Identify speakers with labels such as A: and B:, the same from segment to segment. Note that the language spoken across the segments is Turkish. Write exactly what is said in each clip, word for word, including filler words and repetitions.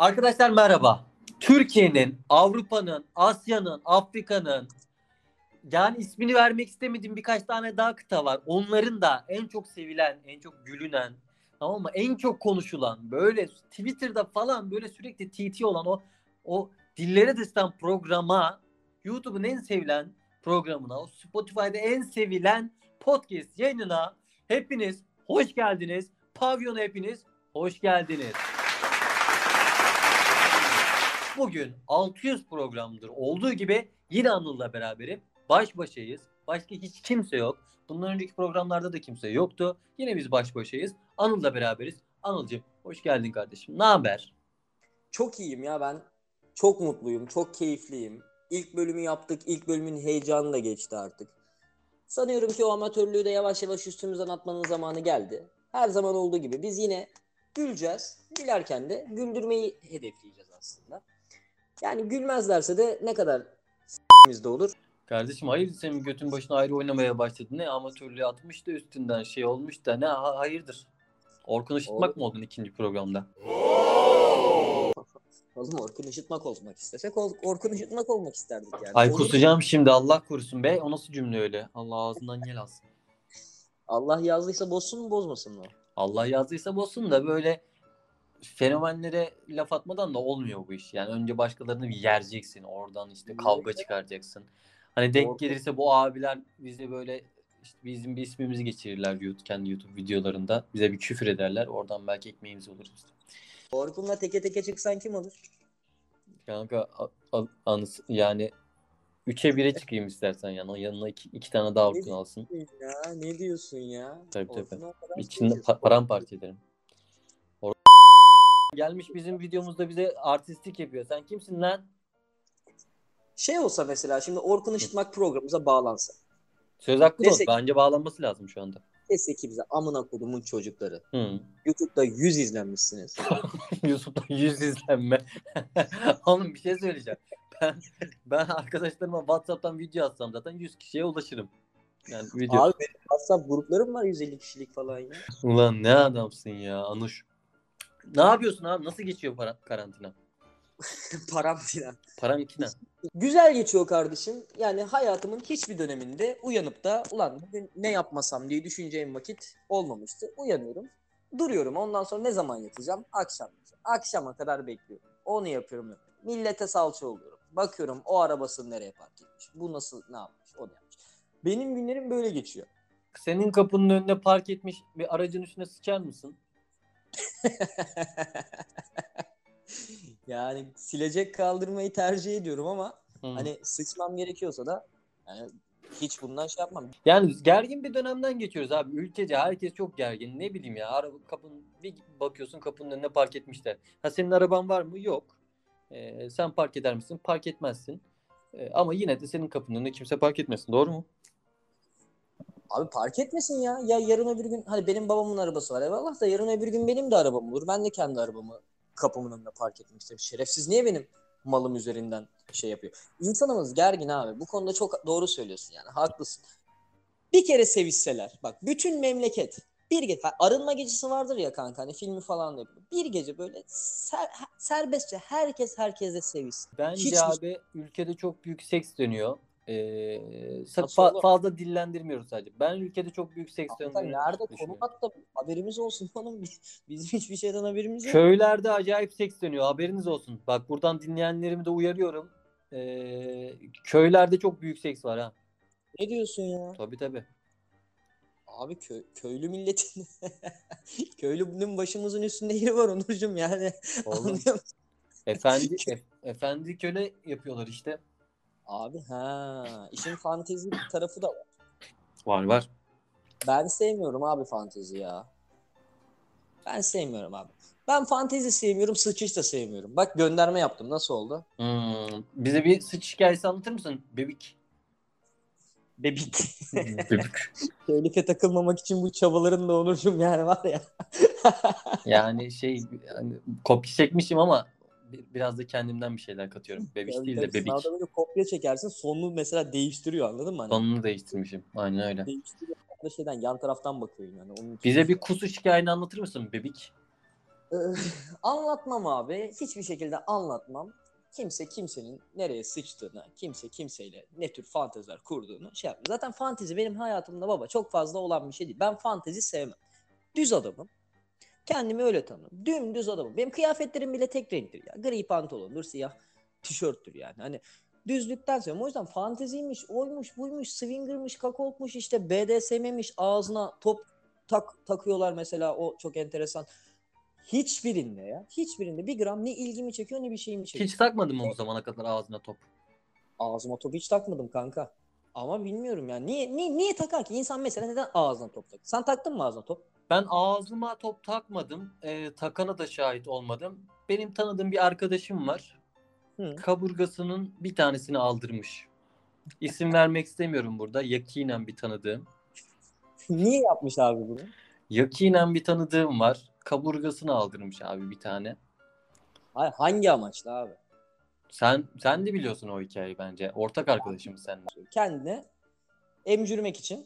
A: Arkadaşlar merhaba. Türkiye'nin, Avrupa'nın, Asya'nın, Afrika'nın yani ismini vermek istemediğim birkaç tane daha kıta var. Onların da en çok sevilen, en çok gülünen, tamam mı? En çok konuşulan, böyle Twitter'da falan böyle sürekli T T olan o o dillere destan programa, YouTube'un en sevilen programına, o Spotify'da en sevilen podcast yayınına hepiniz hoş geldiniz. Pavyon'a hepiniz hoş geldiniz. Bugün altı yüz programdır olduğu gibi yine Anıl'la beraberim. Baş başayız. Başka hiç kimse yok. Bundan önceki programlarda da kimse yoktu. Yine biz baş başayız. Anıl'la beraberiz. Anıl'cığım hoş geldin kardeşim. Ne haber?
B: Çok iyiyim ya ben. Çok mutluyum, çok keyifliyim. İlk bölümü yaptık, ilk bölümün heyecanı da geçti artık. Sanıyorum ki o amatörlüğü de yavaş yavaş üstümüzden atmanın zamanı geldi. Her zaman olduğu gibi biz yine güleceğiz. Gülerken de güldürmeyi hedefleyeceğiz aslında. Yani gülmezlerse de ne kadar s**imiz de olur.
A: Kardeşim hayırdır senin götün başına ayrı oynamaya başladın. Ne amatörlüğü atmış da üstünden şey olmuş da ne ha- hayırdır? Orkun Işıtmak mı oldun ikinci programda?
B: Oğlum Orkun Işıtmak olmak istesek Orkun Işıtmak olmak isterdik yani.
A: Ay
B: Olur.
A: kusacağım şimdi Allah korusun be. O nasıl cümle öyle? Allah ağzından yel alsın.
B: Allah yazdıysa bozsun mu bozmasın mı?
A: Allah yazdıysa bozsun da böyle fenomenlere laf atmadan da olmuyor bu iş. Yani önce başkalarını bir yereceksin. Oradan işte kavga çıkaracaksın. Hani denk
B: Orkun.
A: gelirse bu abiler bize böyle işte bizim bir ismimizi geçirirler YouTube, kendi YouTube videolarında. Bize bir küfür ederler. Oradan belki ekmeğimiz olur işte.
B: Orkun'la teke teke çıksan kim olur?
A: Kanka a- a- anıs yani üçe bire çıkayım istersen yani. Yanına iki, iki tane daha Orkun alsın.
B: Ne diyorsun ya? Ne diyorsun ya?
A: Tabii tabii.
B: Orkun'a kadar
A: İçinde
B: seveceğiz.
A: pa- paramparça ederim. Or- Gelmiş bizim videomuzda bize artistlik yapıyor. Sen kimsin lan?
B: Şey olsa mesela şimdi Orkun Işıtmak programımıza bağlansa.
A: Söz hakkı da olsun.
B: Desek,
A: Bence bağlanması lazım şu anda.
B: desek ki bize amına kodumun çocukları.
A: Hı.
B: YouTube'da yüz izlenmişsiniz.
A: Yusuf'ta yüz izlenme. Oğlum bir şey söyleyeceğim. Ben ben arkadaşlarıma WhatsApp'tan video atsam zaten yüz kişiye ulaşırım. Yani video.
B: Abi benim WhatsApp gruplarım var yüz elli kişilik falan ya.
A: Ulan ne adamsın ya Anuş. Ne yapıyorsun abi? Nasıl geçiyor para- karantina?
B: Param filan.
A: Karantina.
B: Güzel geçiyor kardeşim. Yani hayatımın hiçbir döneminde uyanıp da ulan bugün ne yapmasam diye düşüneceğim vakit olmamıştı. Uyanıyorum. Duruyorum. Ondan sonra ne zaman yatacağım? Akşam. Akşama kadar bekliyorum. Onu yapıyorum. Millete salça oluyorum. Bakıyorum o arabasını nereye park etmiş. Bu nasıl ne yapmış? O ne yapmış. Benim günlerim böyle geçiyor.
A: Senin kapının önüne park etmiş bir aracın üstüne sıçar mısın?
B: Yani silecek kaldırmayı tercih ediyorum ama
A: Hı.
B: hani sıçmam gerekiyorsa da yani hiç bundan şey yapmam.
A: Yani gergin bir dönemden geçiyoruz abi. Ülkece herkes çok gergin. Ne bileyim ya. Araba kapının bir bakıyorsun kapının önüne park etmişler. Ha senin araban var mı? Yok. Ee, sen park eder misin? Park etmezsin. Ee, ama yine de senin kapının önüne kimse park etmesin. Doğru mu?
B: Abi park etmesin ya. Ya yarın öbür gün hani benim babamın arabası var eyvallah da yarın öbür gün benim de arabam olur. Ben de kendi arabamı kapımın önüne park etmek isterim. Şerefsiz niye benim malım üzerinden şey yapıyor? İnsanımız gergin abi. Bu konuda çok doğru söylüyorsun yani. Haklısın. Bir kere sevişseler. Bak bütün memleket. Bir gece. Arınma gecesi vardır ya kanka. Hani filmi falan da yapıyor. Bir gece böyle ser, serbestçe herkes herkesle sevişsin.
A: Bence
B: Hiçbir
A: abi ülkede çok büyük seks dönüyor. Ee, sa-
B: Nasıl
A: fa-
B: olur?
A: fazla dillendirmiyoruz sadece. Ben ülkede çok büyük seks
B: Kanka
A: döndüğünü
B: nerede konu
A: düşünüyorum.
B: at da haberimiz olsun oğlum. Bizim hiçbir şeyden haberimiz yok.
A: Köylerde acayip seks dönüyor. Haberiniz olsun. Bak buradan dinleyenlerimi de uyarıyorum. Ee, köylerde çok büyük seks var ha.
B: Ne diyorsun ya?
A: Tabii tabii.
B: Abi kö köylü milletin köylünün başımızın üstünde yeri var Onurcuğum yani.
A: Oğlum
B: Anlıyor musun?
A: efendi ef- efendi köle yapıyorlar işte.
B: Abi ha işin fantezi tarafı da var.
A: Var var.
B: Ben sevmiyorum abi fantezi ya. Ben sevmiyorum abi. Ben fantezi sevmiyorum, sıçış da sevmiyorum. Bak gönderme yaptım. Nasıl oldu?
A: Hmm, bize bir sıç hikayesi anlatır mısın? Bebek.
B: Bebek.
A: Bebek.
B: Tehlikeye takılmamak için bu çabaların da Onurcuğum yani var ya.
A: Yani şey yani kopya çekmişim ama bi- biraz da kendimden bir şeyler katıyorum. Bebiş
B: Tabii
A: değil
B: tabii
A: de
B: sınavda
A: bebek.
B: böyle kopya çekersin sonunu mesela değiştiriyor anladın mı hani?
A: Sonunu değiştirmişim. Aynen öyle.
B: Değiştiriyor. Şeyden yan taraftan bakıyor yani onun için.
A: Bize bir kusu hikayeni anlatır mısın bebek?
B: Ee, Anlatmam abi. Hiçbir şekilde anlatmam. Kimse kimsenin nereye sıçtığını, kimse kimseyle ne tür fanteziler kurduğunu şey yapmıyor. Zaten fantezi benim hayatımda baba çok fazla olan bir şey değil. Ben fantezi sevmem. Düz adamım. Kendimi öyle tanırım. Dümdüz adamım. Benim kıyafetlerim bile tek renktir ya. Gri pantolondur, siyah tişörttür yani. Hani düzlükten seviyorum. O yüzden fanteziymiş, oymuş, buymuş, swinger'mış, kakolkmuş, işte B D S M'miş, ağzına top tak takıyorlar mesela, o çok enteresan. Hiçbirinde ya. Hiçbirinde bir gram ne ilgimi çekiyor ne bir şeyimi
A: Hiç
B: çekiyor.
A: takmadın mı bu zamana kadar ağzına top?
B: Ağzıma top hiç takmadım kanka. Ama bilmiyorum yani. Niye, niye, niye takar ki? İnsan mesela neden ağzına top takar? Sen taktın mı ağzına top?
A: Ben ağzıma top takmadım. Ee, takana da şahit olmadım. Benim tanıdığım bir arkadaşım var.
B: Hı.
A: Kaburgasının bir tanesini aldırmış. İsim vermek istemiyorum burada. Yakinen bir tanıdığım.
B: Niye yapmış abi bunu?
A: Yakinen bir tanıdığım var. Kaburgasını aldırmış abi bir tane.
B: Hayır, hangi amaçla abi?
A: Sen sen de biliyorsun o hikayeyi bence. Ortak arkadaşım seninle.
B: Kendine emcürmek için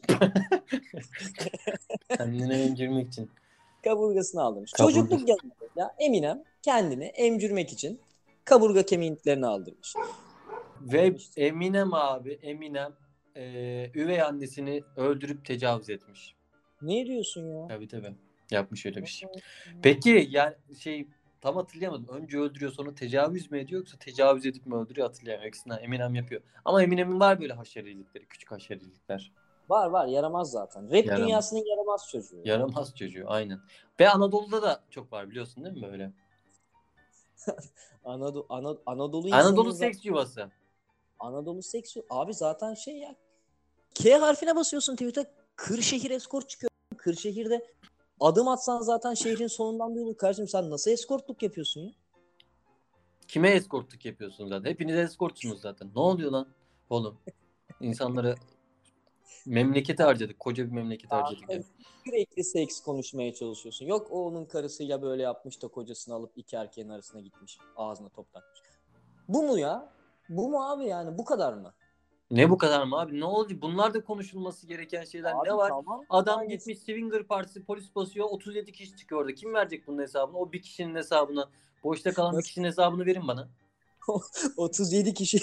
A: Kendine emcirmek için.
B: kaburgasını aldırmış.
A: Kaburga.
B: Çocukluk yıllarında Eminem kendini emcürmek için kaburga kemiklerini aldırmış.
A: Ve
B: İşte,
A: Eminem abi, Eminem e, üvey annesini öldürüp tecavüz etmiş.
B: ne diyorsun ya?
A: Tabii tabii. Yapmış öyle bir şey. Peki yani şey tam hatırlayamadım. Önce öldürüyor sonra tecavüz mü ediyor yoksa tecavüz edip mi öldürüyor hatırlayamıyorum. İkisinden Eminem yapıyor. Ama Eminem'in var böyle haşerilikleri, küçük haşerilikler.
B: Var var, yaramaz zaten. Rap
A: Yaramaz.
B: dünyasının yaramaz çocuğu.
A: Yaramaz çocuğu aynen. Ve Anadolu'da da çok var biliyorsun değil mi böyle?
B: Anadolu, Ana- Anadolu
A: Anadolu
B: insanının zaten,
A: seks yuvası.
B: Anadolu seksi abi zaten şey ya. K harfine basıyorsun Twitter'da, Kırşehir eskort çıkıyor. Kırşehir'de adım atsan zaten şehrin sonundan bir olur. Kardeşim sen nasıl eskortluk yapıyorsun ya?
A: Kime eskortluk yapıyorsun zaten? Hepiniz eskortsunuz zaten. Ne oluyor lan oğlum? İnsanları memlekete harcadık. Koca bir memlekete harcadık ya.
B: Sürekli seks konuşmaya çalışıyorsun. Yok o onun karısıyla böyle yapmış da kocasını alıp iki erkeğin arasına gitmiş. Ağzına top takmış. Bu mu ya? Bu mu abi yani? Bu kadar mı?
A: Ne bu kadar mı abi? Ne oldu? Bunlar da konuşulması gereken şeyler.
B: Abi
A: Ne var?
B: tamam.
A: Adam
B: Yani
A: gitmiş swinger partisi polis basıyor. otuz yedi kişi çıkıyor orada. Kim verecek bunun hesabını? O bir kişinin hesabına. Boşta kalan bir
B: nasıl
A: kişinin hesabını verin bana.
B: otuz yedi kişi?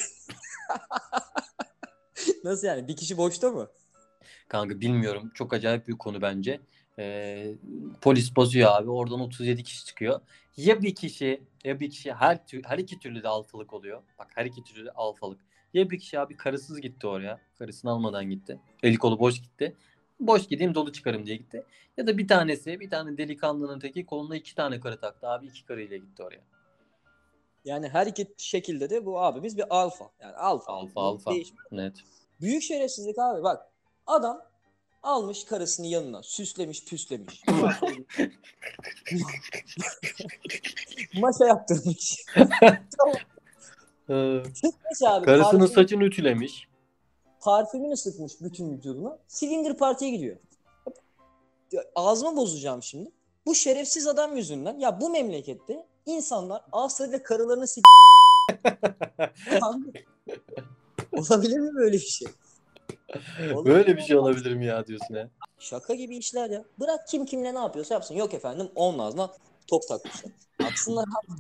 B: Nasıl yani? Bir kişi boşta mı?
A: Kanka bilmiyorum. Çok acayip bir konu bence. Ee, polis basıyor abi. Oradan otuz yedi kişi çıkıyor. Ya bir kişi ya bir kişi her tü- her iki türlü de alfalık oluyor. Bak her iki türlü de alfalık. Ya bir kişi abi karısız gitti oraya. Karısını almadan gitti. Eli kolu boş gitti. Boş gideyim dolu çıkarım diye gitti. Ya da bir tanesi bir tane delikanlının teki koluna iki tane karı taktı abi. İki karıyla gitti oraya.
B: Yani her iki şekilde de bu abimiz bir alfa. Yani alfa.
A: Alfa
B: Bu
A: alfa.
B: değişmiyor.
A: Net.
B: Büyük şerefsizlik abi bak. Adam almış karısını yanına. Süslemiş püslemiş. Ondan sonra maşa yaptırmış. Tamam.
A: Ee,
B: Sıkmış abi.
A: Karısının
B: Parfüm,
A: saçını ütülemiş.
B: parfümünü sıkmış bütün vücuduna. Swinger partiye gidiyor. Ağzımı bozacağım şimdi. Bu şerefsiz adam yüzünden ya bu memlekette insanlar Avustralya'da karılarını s***. Olabilir mi böyle bir şey? Olabilir
A: Böyle
B: mi?
A: bir şey olabilir mi ya diyorsun ha?
B: Şaka gibi işler ya. Bırak kim kimle ne yapıyorsa yapsın. Yok efendim onun ağzına top takmışlar. Aksınlar abi.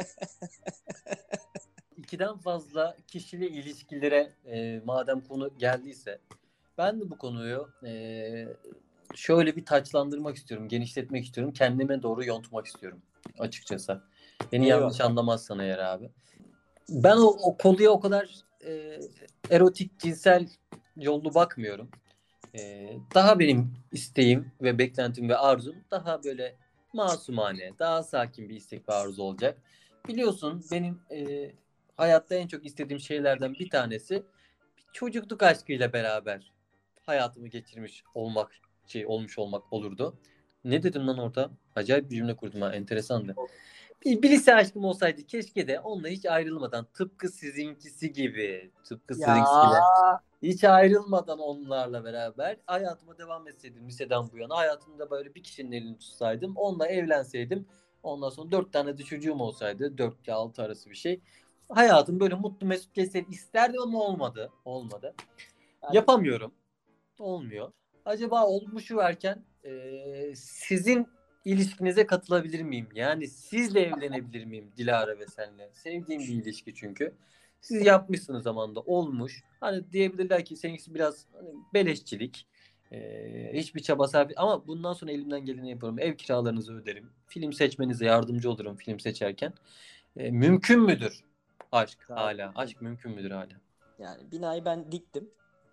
A: İkiden fazla kişiyle ilişkilere e, madem konu geldiyse ben de bu konuyu e, şöyle bir taçlandırmak istiyorum, genişletmek istiyorum, kendime doğru yontmak istiyorum açıkçası. Beni yanlış
B: Eyvallah.
A: anlamazsan eğer abi. Ben o, o konuya o kadar e, erotik, cinsel yollu bakmıyorum. E, daha benim isteğim ve beklentim ve arzum daha böyle masumane, daha sakin bir istek ve arzu olacak. Biliyorsun benim e, hayatta en çok istediğim şeylerden bir tanesi bir çocukluk aşkıyla beraber hayatımı geçirmiş olmak, şey olmuş olmak olurdu. Ne dedim lan orada? Acayip bir cümle kurdum ha, enteresandı. Bir, bir lise aşkım olsaydı keşke de onunla hiç ayrılmadan tıpkı sizinkisi gibi, tıpkı
B: Ya
A: sizinkisiyle hiç ayrılmadan onlarla beraber hayatıma devam etseydim liseden bu yana. Hayatımda böyle bir kişinin elini tutsaydım. Onunla evlenseydim. Ondan sonra dört tane de çocuğum olsaydı. Dört ile altı arası bir şey. Hayatım böyle mutlu mesut geçseydi isterdim ama olmadı. Olmadı.
B: yani
A: Yapamıyorum. Olmuyor. Acaba olmuşu verken e, sizin ilişkinize katılabilir miyim? Yani sizle evlenebilir miyim Dilara ve senle? Sevdiğim bir ilişki çünkü. Siz yapmışsınız zamanında olmuş. Hani diyebilirler ki seninkisi biraz hani beleşçilik. Ee, hiçbir çaba sarf ama bundan sonra elimden geleni yaparım. Ev kiralarınızı öderim. Film seçmenize yardımcı olurum film seçerken. Ee, mümkün müdür aşk hala? Aşk mümkün müdür hala?
B: Yani binayı ben diktim.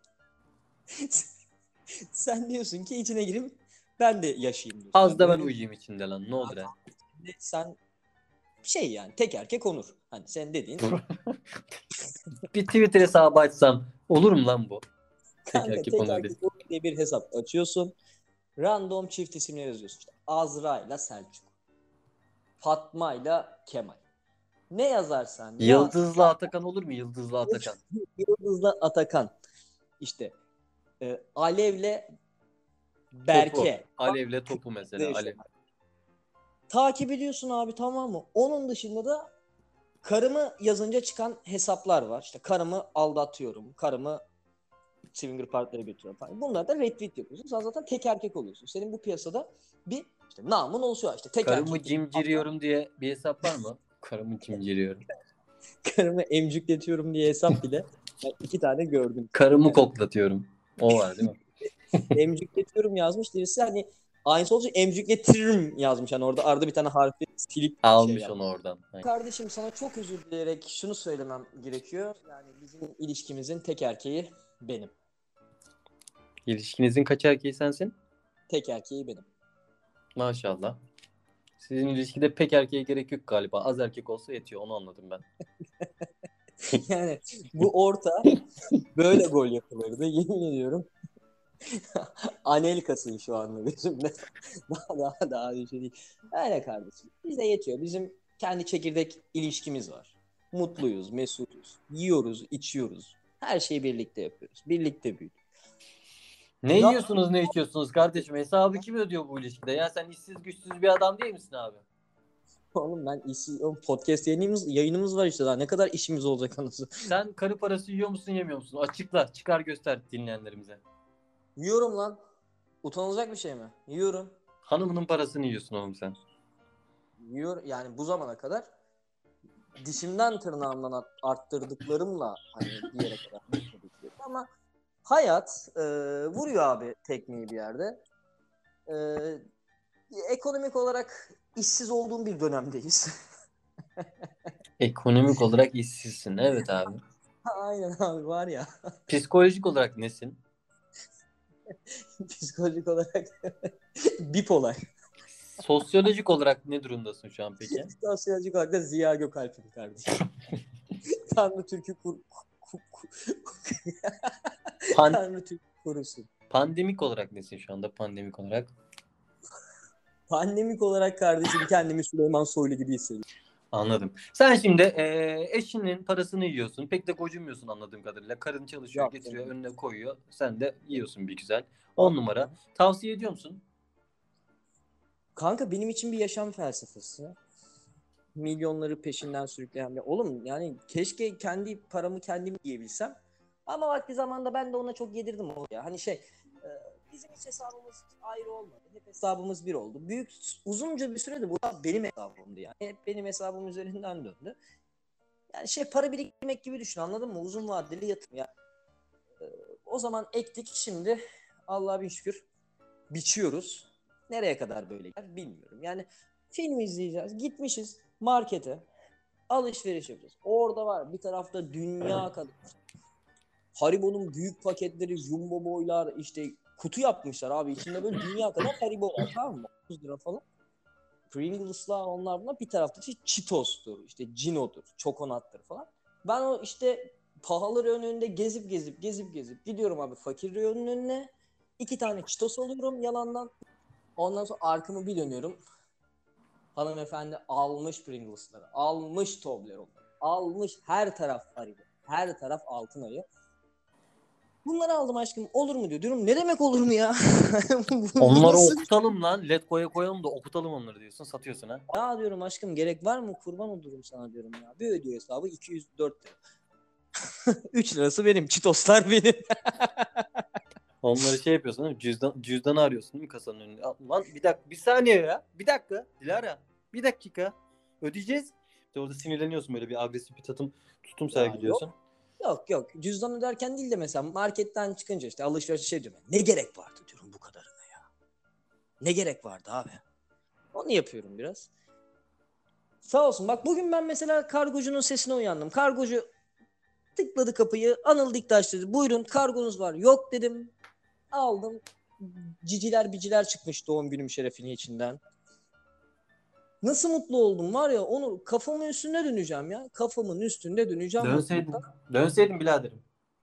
B: Sen diyorsun ki içine gireyim ben de yaşayayım diyorsun.
A: Az
B: Ya
A: da ben
B: böyle
A: uyuyayım içinde lan ne olur ha.
B: bir- sen şey yani tek erkek onur. Hani sen dediğin
A: Bir Twitter hesabı açsam olur mu lan bu? Tek
B: kanka
A: erkek
B: tek
A: onur diye.
B: erkek onur diye bir hesap açıyorsun. Random çift isimleri yazıyorsun. İşte Azra ile Selçuk. Fatma ile Kemal. Ne yazarsan yaz.
A: Yıldızlı Atakan olur mu? Yıldızlı Atakan.
B: Yıldız'la Atakan. İşte e, Alev'le
A: Topu.
B: Berke.
A: Alevle topu mesela. Alev.
B: Takip ediyorsun abi, tamam mı? Onun dışında da karımı yazınca çıkan hesaplar var. İşte karımı aldatıyorum. Karımı swinger partilere götürüyorum falan. Bunlar da retweet yapıyorsun. Sen zaten tek erkek oluyorsun. Senin bu piyasada bir işte namın oluşuyor. İşte tek
A: Karımı
B: erkek.
A: cimciriyorum diye bir hesap var mı? Karımı cimciriyorum.
B: Karımı emcükletiyorum diye hesap bile ben iki tane gördüm.
A: Karımı
B: Yani
A: koklatıyorum. O var değil mi?
B: emcükletiyorum yazmış birisi, hani aynısı olunca emcükletirim yazmış. Hani orada arada bir tane harfi silip şey
A: Almış
B: yap.
A: onu oradan. Aynen.
B: Kardeşim sana çok özür dileyerek şunu söylemem gerekiyor. Yani bizim ilişkimizin tek erkeği benim.
A: İlişkinizin kaç erkeği sensin?
B: Tek erkeği benim.
A: Maşallah. Sizin ilişkide pek erkeğe gerek yok galiba. Az erkek olsa yetiyor. Onu anladım ben.
B: Yani bu orta böyle gol yapılırdı. Yemin ediyorum. Anelkasın şu anda gözümde. daha daha daha bir şey değil. Öyle kardeşim. Bize yetiyor. Bizim kendi çekirdek ilişkimiz var. Mutluyuz, mesutuz. Yiyoruz, içiyoruz. Her şeyi birlikte yapıyoruz. Birlikte büyüdük.
A: Ne
B: Ya,
A: yiyorsunuz ne içiyorsunuz kardeşim? Hesabı kim ödüyor bu ilişkide? Ya sen işsiz güçsüz bir adam değil misin abi?
B: oğlum ben işsiz, oğlum podcast yayınımız, yayınımız var işte daha. Ne kadar işimiz olacak anasını.
A: Sen karı parası yiyor musun yemiyor musun? Açıkla, çıkar göster dinleyenlerimize.
B: Yiyorum lan. Utanılacak bir şey mi? Yiyorum.
A: Hanımının parasını yiyorsun oğlum sen.
B: Yiyor yani bu zamana kadar dişimden tırnağımdan arttırdıklarımla hani bir yere kadar ama hayat e, vuruyor abi tekmeyi bir yerde. E, ekonomik olarak işsiz olduğum bir dönemdeyiz.
A: Ekonomik olarak işsizsin. Evet abi.
B: Aynen abi, var ya.
A: Psikolojik olarak nesin?
B: Psikolojik olarak bipolar.
A: Sosyolojik olarak ne durumdasın şu an peki?
B: Sosyolojik olarak da Ziya Gökalp'im kardeşim. Tanrı Türk'ü kur, ku, ku,
A: Pan-
B: Tanrı Türk korusun.
A: pandemik olarak nesin şu anda pandemik olarak?
B: Pandemik olarak kardeşim kendimi Süleyman Soylu gibi hissediyorum.
A: Anladım. Sen şimdi e, eşinin parasını yiyorsun. Pek de gocunmuyorsun anladığım kadarıyla. Karın çalışıyor,
B: Yok,
A: getiriyor,
B: canım.
A: önüne koyuyor. Sen de yiyorsun bir güzel. On numara. Tavsiye ediyor musun?
B: Kanka benim için bir yaşam felsefesi. Milyonları peşinden sürükleyen bir... Oğlum yani keşke kendi paramı kendim yiyebilsem. Ama vakti zamanda ben de ona çok yedirdim o ya. Hani şey e, bizim hiç hesabımız ayrı olmadı. Hep hesabımız bir oldu. Büyük uzunca bir sürede bu da benim hesabımdı yani. Hep benim hesabım üzerinden döndü. Yani şey para biriktirmek gibi düşün, anladın mı? Uzun vadeli yatırım ya. E, o zaman ektik, şimdi Allah'a bin şükür biçiyoruz. Nereye kadar böyle gider bilmiyorum. Yani film izleyeceğiz. Gitmişiz markete. Alışveriş yapacağız. Orada var bir tarafta dünya kadar. Haribo'nun büyük paketleri, jumbo boylar, işte kutu yapmışlar abi. İçinde böyle dünya kadar Haribo var, tamam mı? otuz lira falan. Pringles'lar, onlar bunlar. Bir tarafta işte Cheetos'tur, işte Cino'dur, Çokonat'tır falan. Ben o işte pahalı reyonun önünde gezip gezip gezip gezip gidiyorum abi fakir reyonun önüne. İki tane Cheetos alıyorum yalandan. Ondan sonra arkamı bir dönüyorum. Hanımefendi almış Pringles'ları, almış Toblerone'ları, almış her taraf Haribo, her taraf altın ayı. Bunları aldım aşkım, olur mu diyor. Diyorum ne demek olur mu ya? Bu
A: Onları
B: nasıl?
A: okutalım lan. Letgo'ya koyalım da okutalım onları diyorsun. Satıyorsun ha.
B: Ya diyorum aşkım, gerek var mı? Kurban olurum sana diyorum ya. Bir ödüyor hesabı iki yüz dört lira. üç lirası benim. Çitoslar benim.
A: Onları şey yapıyorsun değil mi? Cüzdan, cüzdanı arıyorsun değil mi kasanın önünde? Lan bir dakika, bir saniye ya. Bir dakika Dilara. Bir dakika. Ödeyeceğiz. İşte orada sinirleniyorsun, böyle bir agresif bir tutum, tutum
B: Ya yok.
A: sergiliyorsun.
B: Yok yok. Cüzdan öderken değil de mesela marketten çıkınca işte alışveriş şey diyorum. Ne gerek vardı diyorum bu kadarına ya. Ne gerek vardı abi? Onu yapıyorum biraz. Sağ olsun. Bak bugün ben mesela kargocunun sesine uyandım. Kargocu tıkladı kapıyı. Anıl Diktaş dedi. Buyurun kargonuz var. Yok dedim. Aldım. Ciciler biciler çıkmış doğum günüm şerefini içinden. Nasıl mutlu oldum var ya, onu kafamın üstünde döneceğim ya. Kafamın üstünde döneceğim
A: Dönseydin.
B: mutluluktan.
A: Dönseydin biraderim.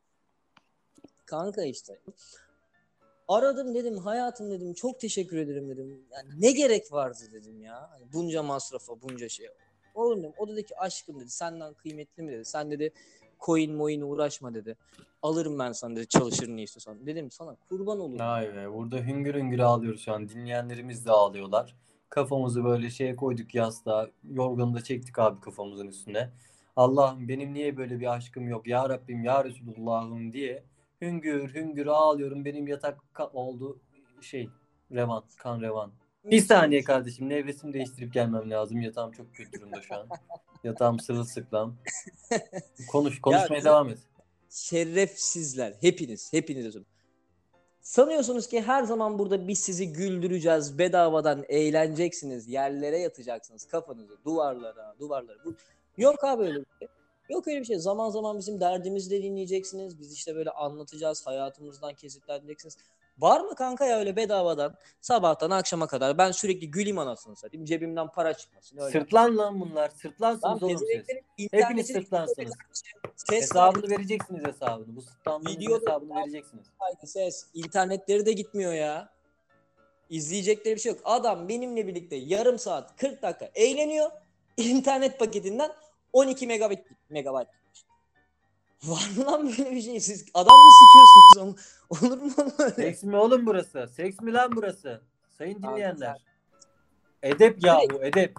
B: Kanka işte. Aradım dedim hayatım dedim çok teşekkür ederim dedim. Yani ne gerek vardı dedim ya. Hani bunca masrafa bunca şey. Oğlum dedim o dedi ki aşkım dedi senden kıymetli mi dedi. Sen dedi coin moin uğraşma dedi. Alırım ben sana dedi çalışır ne istiyorsan. Dedim sana kurban olurum.
A: Vay be, burada hüngür hüngür ağlıyoruz şu an. Dinleyenlerimiz de ağlıyorlar. Kafamızı böyle şeye koyduk, yastığa. Yorganı da çektik abi kafamızın üstüne. Allah'ım benim niye böyle bir aşkım yok? Ya Rabbim ya Resulullah'ım diye hüngür hüngür ağlıyorum. Benim yatak ka- oldu şey revan, kan revan. Bir
B: Mis
A: saniye
B: mis.
A: kardeşim, nevresimi değiştirip gelmem lazım. Yatağım çok kötü durumda şu an. Yatağım sırılsıklam. Konuş,
B: Ya
A: konuşmaya devam et.
B: şerefsizler hepiniz hepiniz özüm. Sanıyorsunuz ki her zaman burada biz sizi güldüreceğiz, bedavadan eğleneceksiniz, yerlere yatacaksınız kafanızı duvarlara, duvarlara. Bu... Yok abi öyle bir şey. Yok öyle bir şey. Zaman zaman bizim derdimizi de dinleyeceksiniz. Biz işte böyle anlatacağız, hayatımızdan kesitler dinleyeceksiniz. Var mı kanka ya öyle bedavadan sabahtan akşama kadar ben sürekli güleyim anasını satayım, cebimden para çıkmasın öyle.
A: Sırtlan lan bunlar.
B: Lan
A: Sırtlansınız oğlum siz.
B: pezevenklerin
A: Hepiniz
B: internetini
A: sırtlansınız.
B: ses
A: Hesabını
B: kaydı,
A: vereceksiniz hesabını. Bu sırtlandığınızın
B: videoda
A: hesabını vereceksiniz.
B: kaydı, ses. İnternetleri de gitmiyor ya. İzleyecekleri bir şey yok. Adam benimle birlikte yarım saat kırk dakika eğleniyor. İnternet paketinden on iki megabit megabayt. Var mı lan böyle bir şey? Siz adam mı sikiyorsunuz? Olur mu öyle?
A: Seks mi oğlum burası? Seks mi lan burası? Sayın
B: Kanka sen...
A: dinleyenler. Edep yahu edep.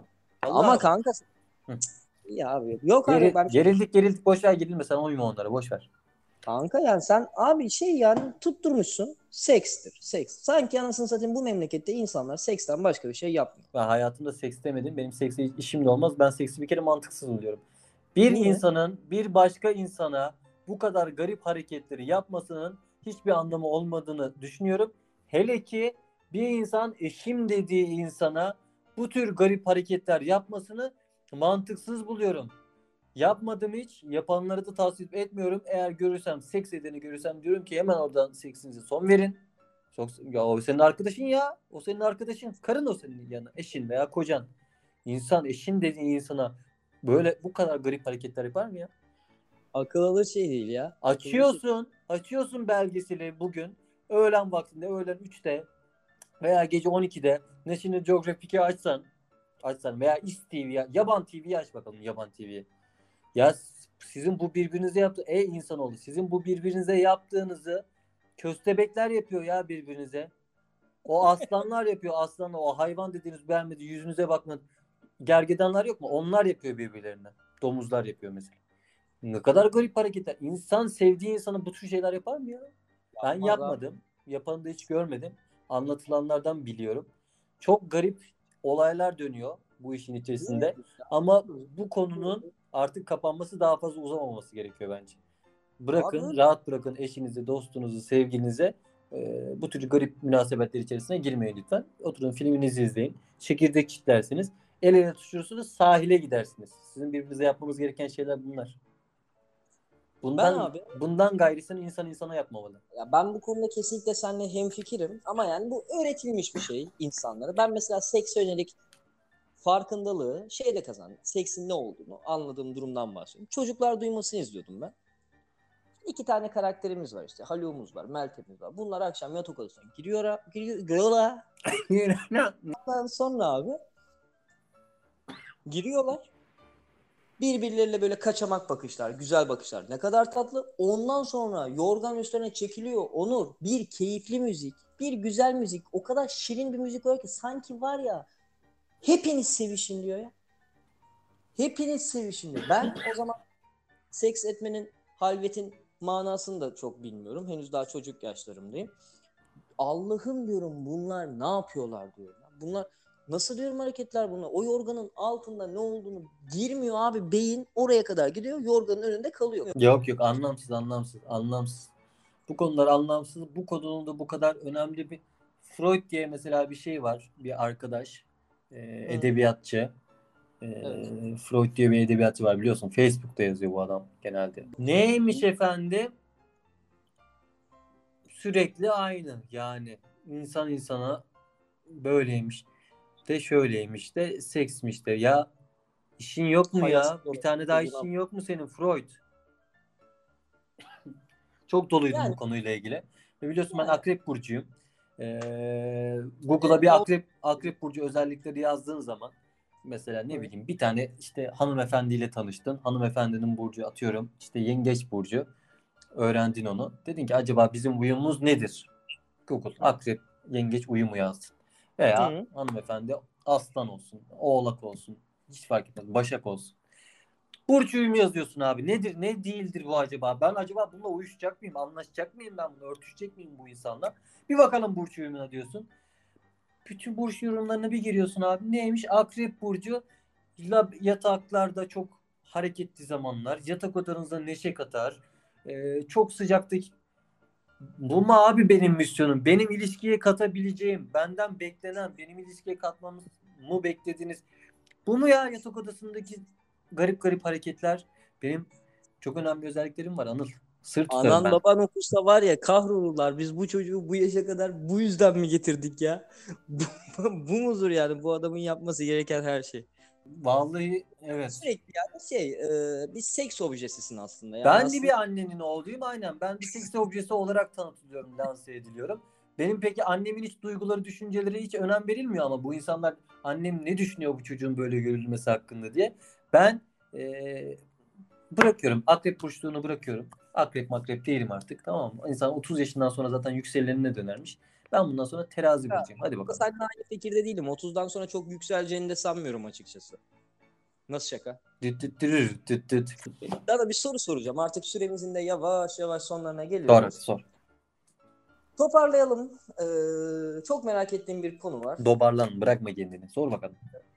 B: Ama
A: Allah'ım.
B: kanka
A: Hı.
B: ya abi yok abi
A: Geri,
B: ben
A: gerildik gerildik, boş ver, gerilme, sen uyma onlara, boş ver.
B: kanka yani sen abi şey yani tutturmuşsun sekstir seks. Sanki anasını satayım bu memlekette insanlar seksten başka bir şey yapmıyor.
A: Ben hayatımda seks demedim. Benim seksle işim de olmaz. Ben seksi bir kere mantıksız buluyorum. Bir
B: Niye?
A: insanın bir başka insana bu kadar garip hareketleri yapmasının hiçbir anlamı olmadığını düşünüyorum. Hele ki bir insan eşim dediği insana bu tür garip hareketler yapmasını mantıksız buluyorum. Yapmadım hiç. Yapanları da tasvip etmiyorum. Eğer görürsem, seks edeni görürsem diyorum ki hemen oradan seksinize son verin. Çok, ya o senin arkadaşın ya. O senin arkadaşın. Karın o senin yanı. Eşin veya kocan. İnsan, eşin dediğin insana böyle bu kadar garip hareketler yapar mı ya?
B: Akıl alır şey değil ya. Akıl alır şey.
A: Açıyorsun. Açıyorsun belgeseli bugün. Öğlen vaktinde, öğlen üçte veya gece on ikide National Geographic'i açsan açsan veya İS T V, Yaban T V'yi aç bakalım, Yaban T V'yi. Ya sizin bu birbirinize yaptı ey insanoğlu, sizin bu birbirinize yaptığınızı köstebekler yapıyor ya birbirinize. O aslanlar yapıyor, aslan, o hayvan dediğiniz beğenmedi, yüzünüze bakmadı. Gergedanlar yok mu? Onlar yapıyor birbirlerine. Domuzlar yapıyor mesela. Ne kadar garip hareketler. İnsan sevdiği insana bu tür şeyler yapar mı ya? Ben
B: Yapmaz abi.
A: yapmadım. Yapanı da hiç görmedim. Anlatılanlardan biliyorum. Çok garip olaylar dönüyor bu işin içerisinde. Ama bu konunun artık kapanması, daha fazla uzamaması gerekiyor bence. Bırakın,
B: Abi
A: rahat bırakın eşinizi, dostunuzu, sevgilinize e, bu tür garip münasebetler içerisine girmeyin lütfen. Oturun filminizi izleyin. Çekirdek çitlersiniz. El ele tutuşursunuz, sahile gidersiniz. Sizin birbirinize yapmamız gereken şeyler bunlar.
B: ben
A: Bundan
B: abi
A: bundan gayrısını insan insana yapmamalı.
B: ya ben bu konuda kesinlikle seninle hemfikirim ama yani bu öğretilmiş bir şey insanlara. Ben mesela seks yönelik farkındalığı şeyle kazandım. Seksin ne olduğunu anladığım durumdan bahsediyorum. Çocuklar duymasını izliyordum ben. İki tane karakterimiz var işte. Haluk'umuz var, Meltem'imiz var. Bunlar akşam yatak odasına giriyor, giriyor, giriyorlar. Ondan sonra abi giriyorlar. Birbirleriyle böyle kaçamak bakışlar, güzel bakışlar. Ne kadar tatlı. Ondan sonra yorgan üstlerine çekiliyor. Onur, bir keyifli müzik, bir güzel müzik. O kadar şirin bir müzik var ki sanki var ya hepiniz sevişin diyor ya. Hepiniz sevişin diyor. Ben o zaman seks etmenin, halvetin manasını da çok bilmiyorum. Henüz daha çocuk yaşlarımdayım. Allah'ım diyorum, bunlar ne yapıyorlar diyorum. Bunlar nasıl diyorum hareketler bunlar? O yorganın altında ne olduğunu girmiyor abi. Beyin oraya kadar gidiyor. Yorganın önünde kalıyor.
A: Yok yok, anlamsız anlamsız anlamsız. Bu konular anlamsız. Bu konunun da bu kadar önemli bir Freud diye mesela bir şey var. Bir arkadaş, e,
B: Hı,
A: edebiyatçı. E,
B: evet.
A: Freud diye bir edebiyatçı var, biliyorsun. Facebook'ta yazıyor bu adam genelde. Neymiş efendim? Sürekli aynı. Yani insan insana böyleymiş de şöyleymiş de seksmiş de. Ya işin yok mu
B: Hayat
A: ya? Bir tane daha
B: sorununa.
A: işin yok mu senin Freud? Çok doluydum
B: Yani
A: bu konuyla ilgili. Ve biliyorsun ben
B: yani
A: Akrep Burcu'yum. Ee,
B: evet,
A: Google'a bir
B: o
A: Akrep Akrep Burcu özellikleri yazdığın zaman mesela ne
B: hı,
A: bileyim bir tane işte hanımefendiyle tanıştın. Hanımefendinin burcu atıyorum işte Yengeç Burcu. Öğrendin onu. Dedin ki acaba bizim uyumumuz nedir? Google Akrep Yengeç uyumu yazdın. Veya
B: hı.
A: hanımefendi Aslan olsun, Oğlak olsun. Hiç fark etmez. Başak olsun. Burç uyumu yazıyorsun abi. Nedir, ne değildir bu acaba? Ben acaba bununla uyuşacak mıyım? Anlaşacak mıyım ben bununla? Örtüşecek miyim bu insanla? Bir bakalım burç uyumuna diyorsun. Bütün burç yorumlarına bir giriyorsun abi. Neymiş? Akrep burcu yataklarda çok hareketli zamanlar. Yatak odanızda neşe katar. Ee, çok sıcaktaki bu mu abi benim misyonum? Benim ilişkiye katabileceğim, benden beklenen, benim ilişkiye katmamı mı beklediniz? Bu mu ya yatak odasındaki garip garip hareketler? Benim çok önemli özelliklerim var Anıl. Sır tutarım
B: Anan
A: ben.
B: baban okursa var ya, kahrolurlar. Biz bu çocuğu bu yaşa kadar bu yüzden mi getirdik ya? Bu, bu mudur yani bu adamın yapması gereken her şey?
A: Vallahi evet.
B: Sürekli yani şey, e, bir seks objesisin aslında. Yani
A: Ben de
B: aslında
A: bir annenin oğluyum aynen. Ben bir seks objesi olarak tanıtılıyorum, lanse ediliyorum. Benim peki annemin hiç duyguları, düşünceleri hiç önem verilmiyor ama bu insanlar annem ne düşünüyor bu çocuğun böyle görülmesi hakkında diye. Ben eee, bırakıyorum. Akrep burçluğunu bırakıyorum. Akrep makrep değilim artık, tamam mı? İnsan otuz yaşından sonra zaten yükselenine dönermiş. Ben bundan sonra terazi
B: ya,
A: burcuyum. Hadi
B: burada
A: bakalım.
B: seninle aynı fikirde değilim. otuzdan sonra çok yükseleceğini de sanmıyorum açıkçası. Nasıl şaka?
A: Düt düt dürür, düt düt.
B: Daha da bir soru soracağım. Artık süremizin de yavaş yavaş sonlarına
A: Sor hadi
B: geliyoruz.
A: sor.
B: Toparlayalım. Ee, çok merak ettiğim bir konu var.
A: Dobarlan, bırakma kendini. Sor bakalım.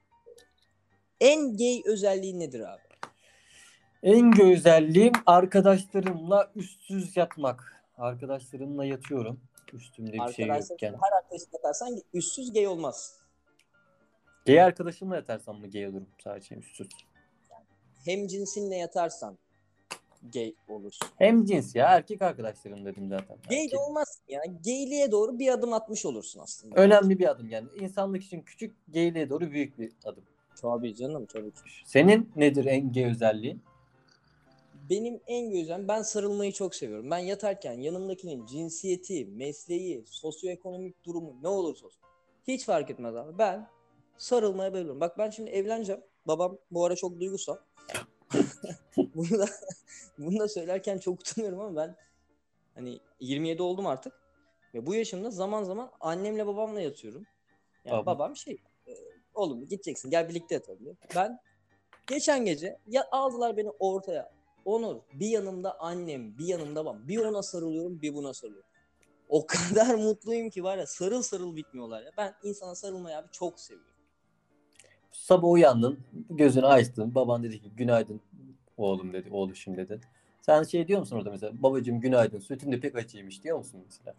B: En gay özelliğin nedir abi?
A: En özelliğim arkadaşlarımla üstsüz yatmak. Arkadaşlarımla yatıyorum. Üstümde bir şey
B: Arkadaşlar,
A: yokken.
B: her arkadaşına yatarsan üstsüz gay olmaz.
A: Gay arkadaşımla yatarsam mı gay olurum sadece üstsüz?
B: Hem cinsinle yatarsan gay olursun.
A: Hem cins ya, erkek arkadaşlarım dedim zaten.
B: Gay de
A: Erkek.
B: olmazsın ya. Gayliğe doğru bir adım atmış olursun aslında.
A: Önemli bir adım yani. İnsanlık için küçük, gayliğe doğru büyük bir adım.
B: Tabii canım, tabii ki.
A: Senin nedir en gay özelliğin?
B: Benim en güzel, ben sarılmayı çok seviyorum. Ben yatarken yanımdakinin cinsiyeti, mesleği, sosyoekonomik durumu ne olursa olsun hiç fark etmez abi. Ben sarılmaya bayılıyorum. Bak ben şimdi evleneceğim. Babam bu ara çok duygusal. Bunu da, bunu da söylerken çok utanıyorum ama ben hani yirmi yedi oldum artık. Ve bu yaşımda zaman zaman annemle babamla yatıyorum. Yani
A: Abi,
B: babam şey, e, oğlum gideceksin gel birlikte yatalım diyor. Ben geçen gece ya aldılar beni ortaya. Onur bir yanımda annem, bir yanımda babam. Bir ona sarılıyorum, bir buna sarılıyorum. O kadar mutluyum ki var ya, sarıl sarıl bitmiyorlar ya. Ben insana sarılmayı abi çok seviyorum.
A: sabah uyandın, gözünü açtın. Baban dedi ki günaydın oğlum dedi, oğluşum dedi. Sen şey diyor musun orada mesela? Babacığım günaydın, sütün de pek acıymış diyor musun mesela?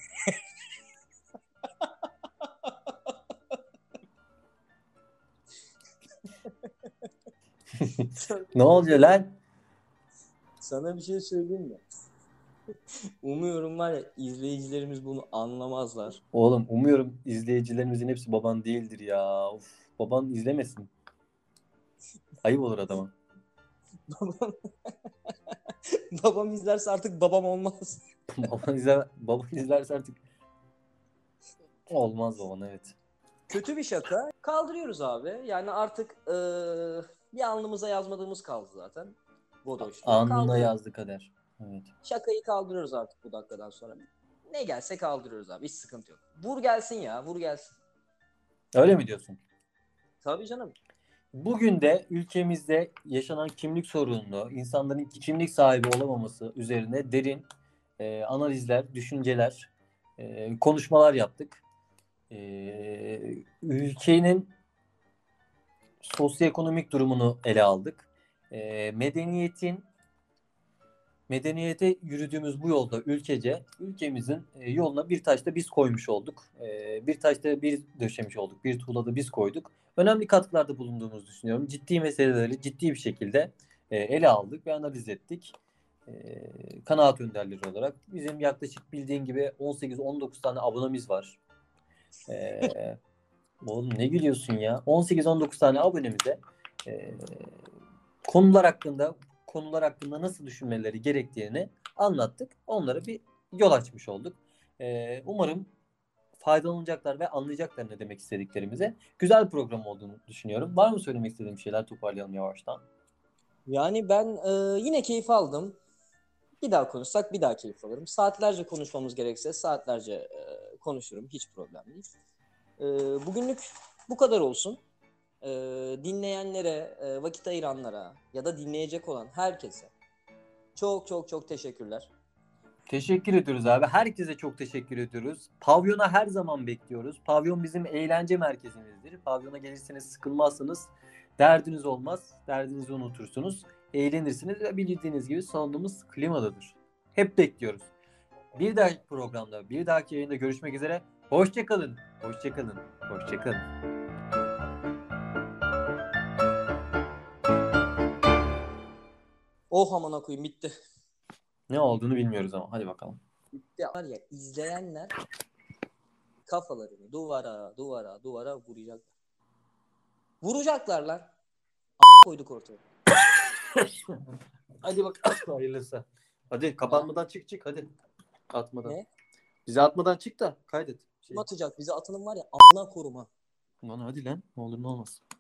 B: Sana
A: Ne
B: bir şey
A: oluyor
B: söyleyeyim.
A: lan?
B: Sana bir şey söyleyeyim mi? Umuyorum var ya, izleyicilerimiz bunu anlamazlar.
A: Oğlum umuyorum izleyicilerimizin hepsi baban değildir ya. Of, baban izlemesin. Ayıp olur adama.
B: Babam, babam izlerse artık babam olmaz.
A: Baban izler, baban izlerse artık olmaz baban, evet.
B: Kötü bir şaka. Kaldırıyoruz abi. Yani artık eee bir alnımıza yazmadığımız kaldı zaten. Godoşluğu.
A: Anında
B: Kaldırıyoruz.
A: yazdı kader. Evet.
B: Şakayı kaldırıyoruz artık bu dakikadan sonra. Ne gelse kaldırıyoruz abi. Hiç sıkıntı yok. Vur gelsin ya. Vur gelsin.
A: Öyle mi diyorsun?
B: Tabii canım.
A: Bugün de ülkemizde yaşanan kimlik sorununu, insanların kimlik sahibi olamaması üzerine derin e, analizler, düşünceler, e, konuşmalar yaptık. E, ülkenin sosyoekonomik durumunu ele aldık. E, medeniyetin Medeniyete yürüdüğümüz bu yolda ülkece, ülkemizin e, yoluna bir taş da biz koymuş olduk. E, bir taş da biz döşemiş olduk. Bir tuğla da biz koyduk. Önemli katkılarda bulunduğumuzu düşünüyorum. Ciddi meseleleri ciddi bir şekilde e, ele aldık ve analiz ettik. E, kanaat önderleri olarak. Bizim yaklaşık bildiğin gibi on sekiz on dokuz tane abonemiz var. E, oğlum ne gülüyorsun ya? on sekiz on dokuz tane abonemize e, konular hakkında konular hakkında nasıl düşünmeleri gerektiğini anlattık. Onlara bir yol açmış olduk. Ee, umarım faydalanacaklar ve anlayacaklar ne demek istediklerimize. Güzel bir program olduğunu düşünüyorum. Var mı söylemek istediğim şeyler? Toparlayalım yavaştan.
B: Yani ben e, yine keyif aldım. Bir daha konuşsak bir daha keyif alırım. Saatlerce konuşmamız gerekse saatlerce e, konuşurum. Hiç problem değil. E, bugünlük bu kadar olsun. E, dinleyenlere, e, vakit ayıranlara ya da dinleyecek olan herkese çok çok çok teşekkürler.
A: Teşekkür ediyoruz abi. Herkese çok teşekkür ediyoruz. Pavyona her zaman bekliyoruz. Pavyon bizim eğlence merkezimizdir. Pavyona gelirseniz sıkılmazsınız. Derdiniz olmaz. Derdinizi unutursunuz. Eğlenirsiniz ve bildiğiniz gibi salonumuz klimadadır. Hep bekliyoruz. Bir dahaki programda, bir dahaki yayında görüşmek üzere. Hoşçakalın. Hoşçakalın. Hoşçakalın.
B: Oh amına koyayım bitti.
A: Ne olduğunu bilmiyoruz ama. Hadi bakalım.
B: Ya var ya izleyenler kafalarını duvara duvara duvara vuracaklar. Vuracaklar lan. A- koyduk ortaya.
A: Hadi bakalım. Hayırlısı. Hadi kapanmadan çık çık hadi. Atmadan.
B: Ne?
A: Bize atmadan çık da kaydet.
B: Kim
A: Şey.
B: atacak? Bizi atanın var ya amına koruma.
A: Lan hadi lan. Ne olur ne olmaz.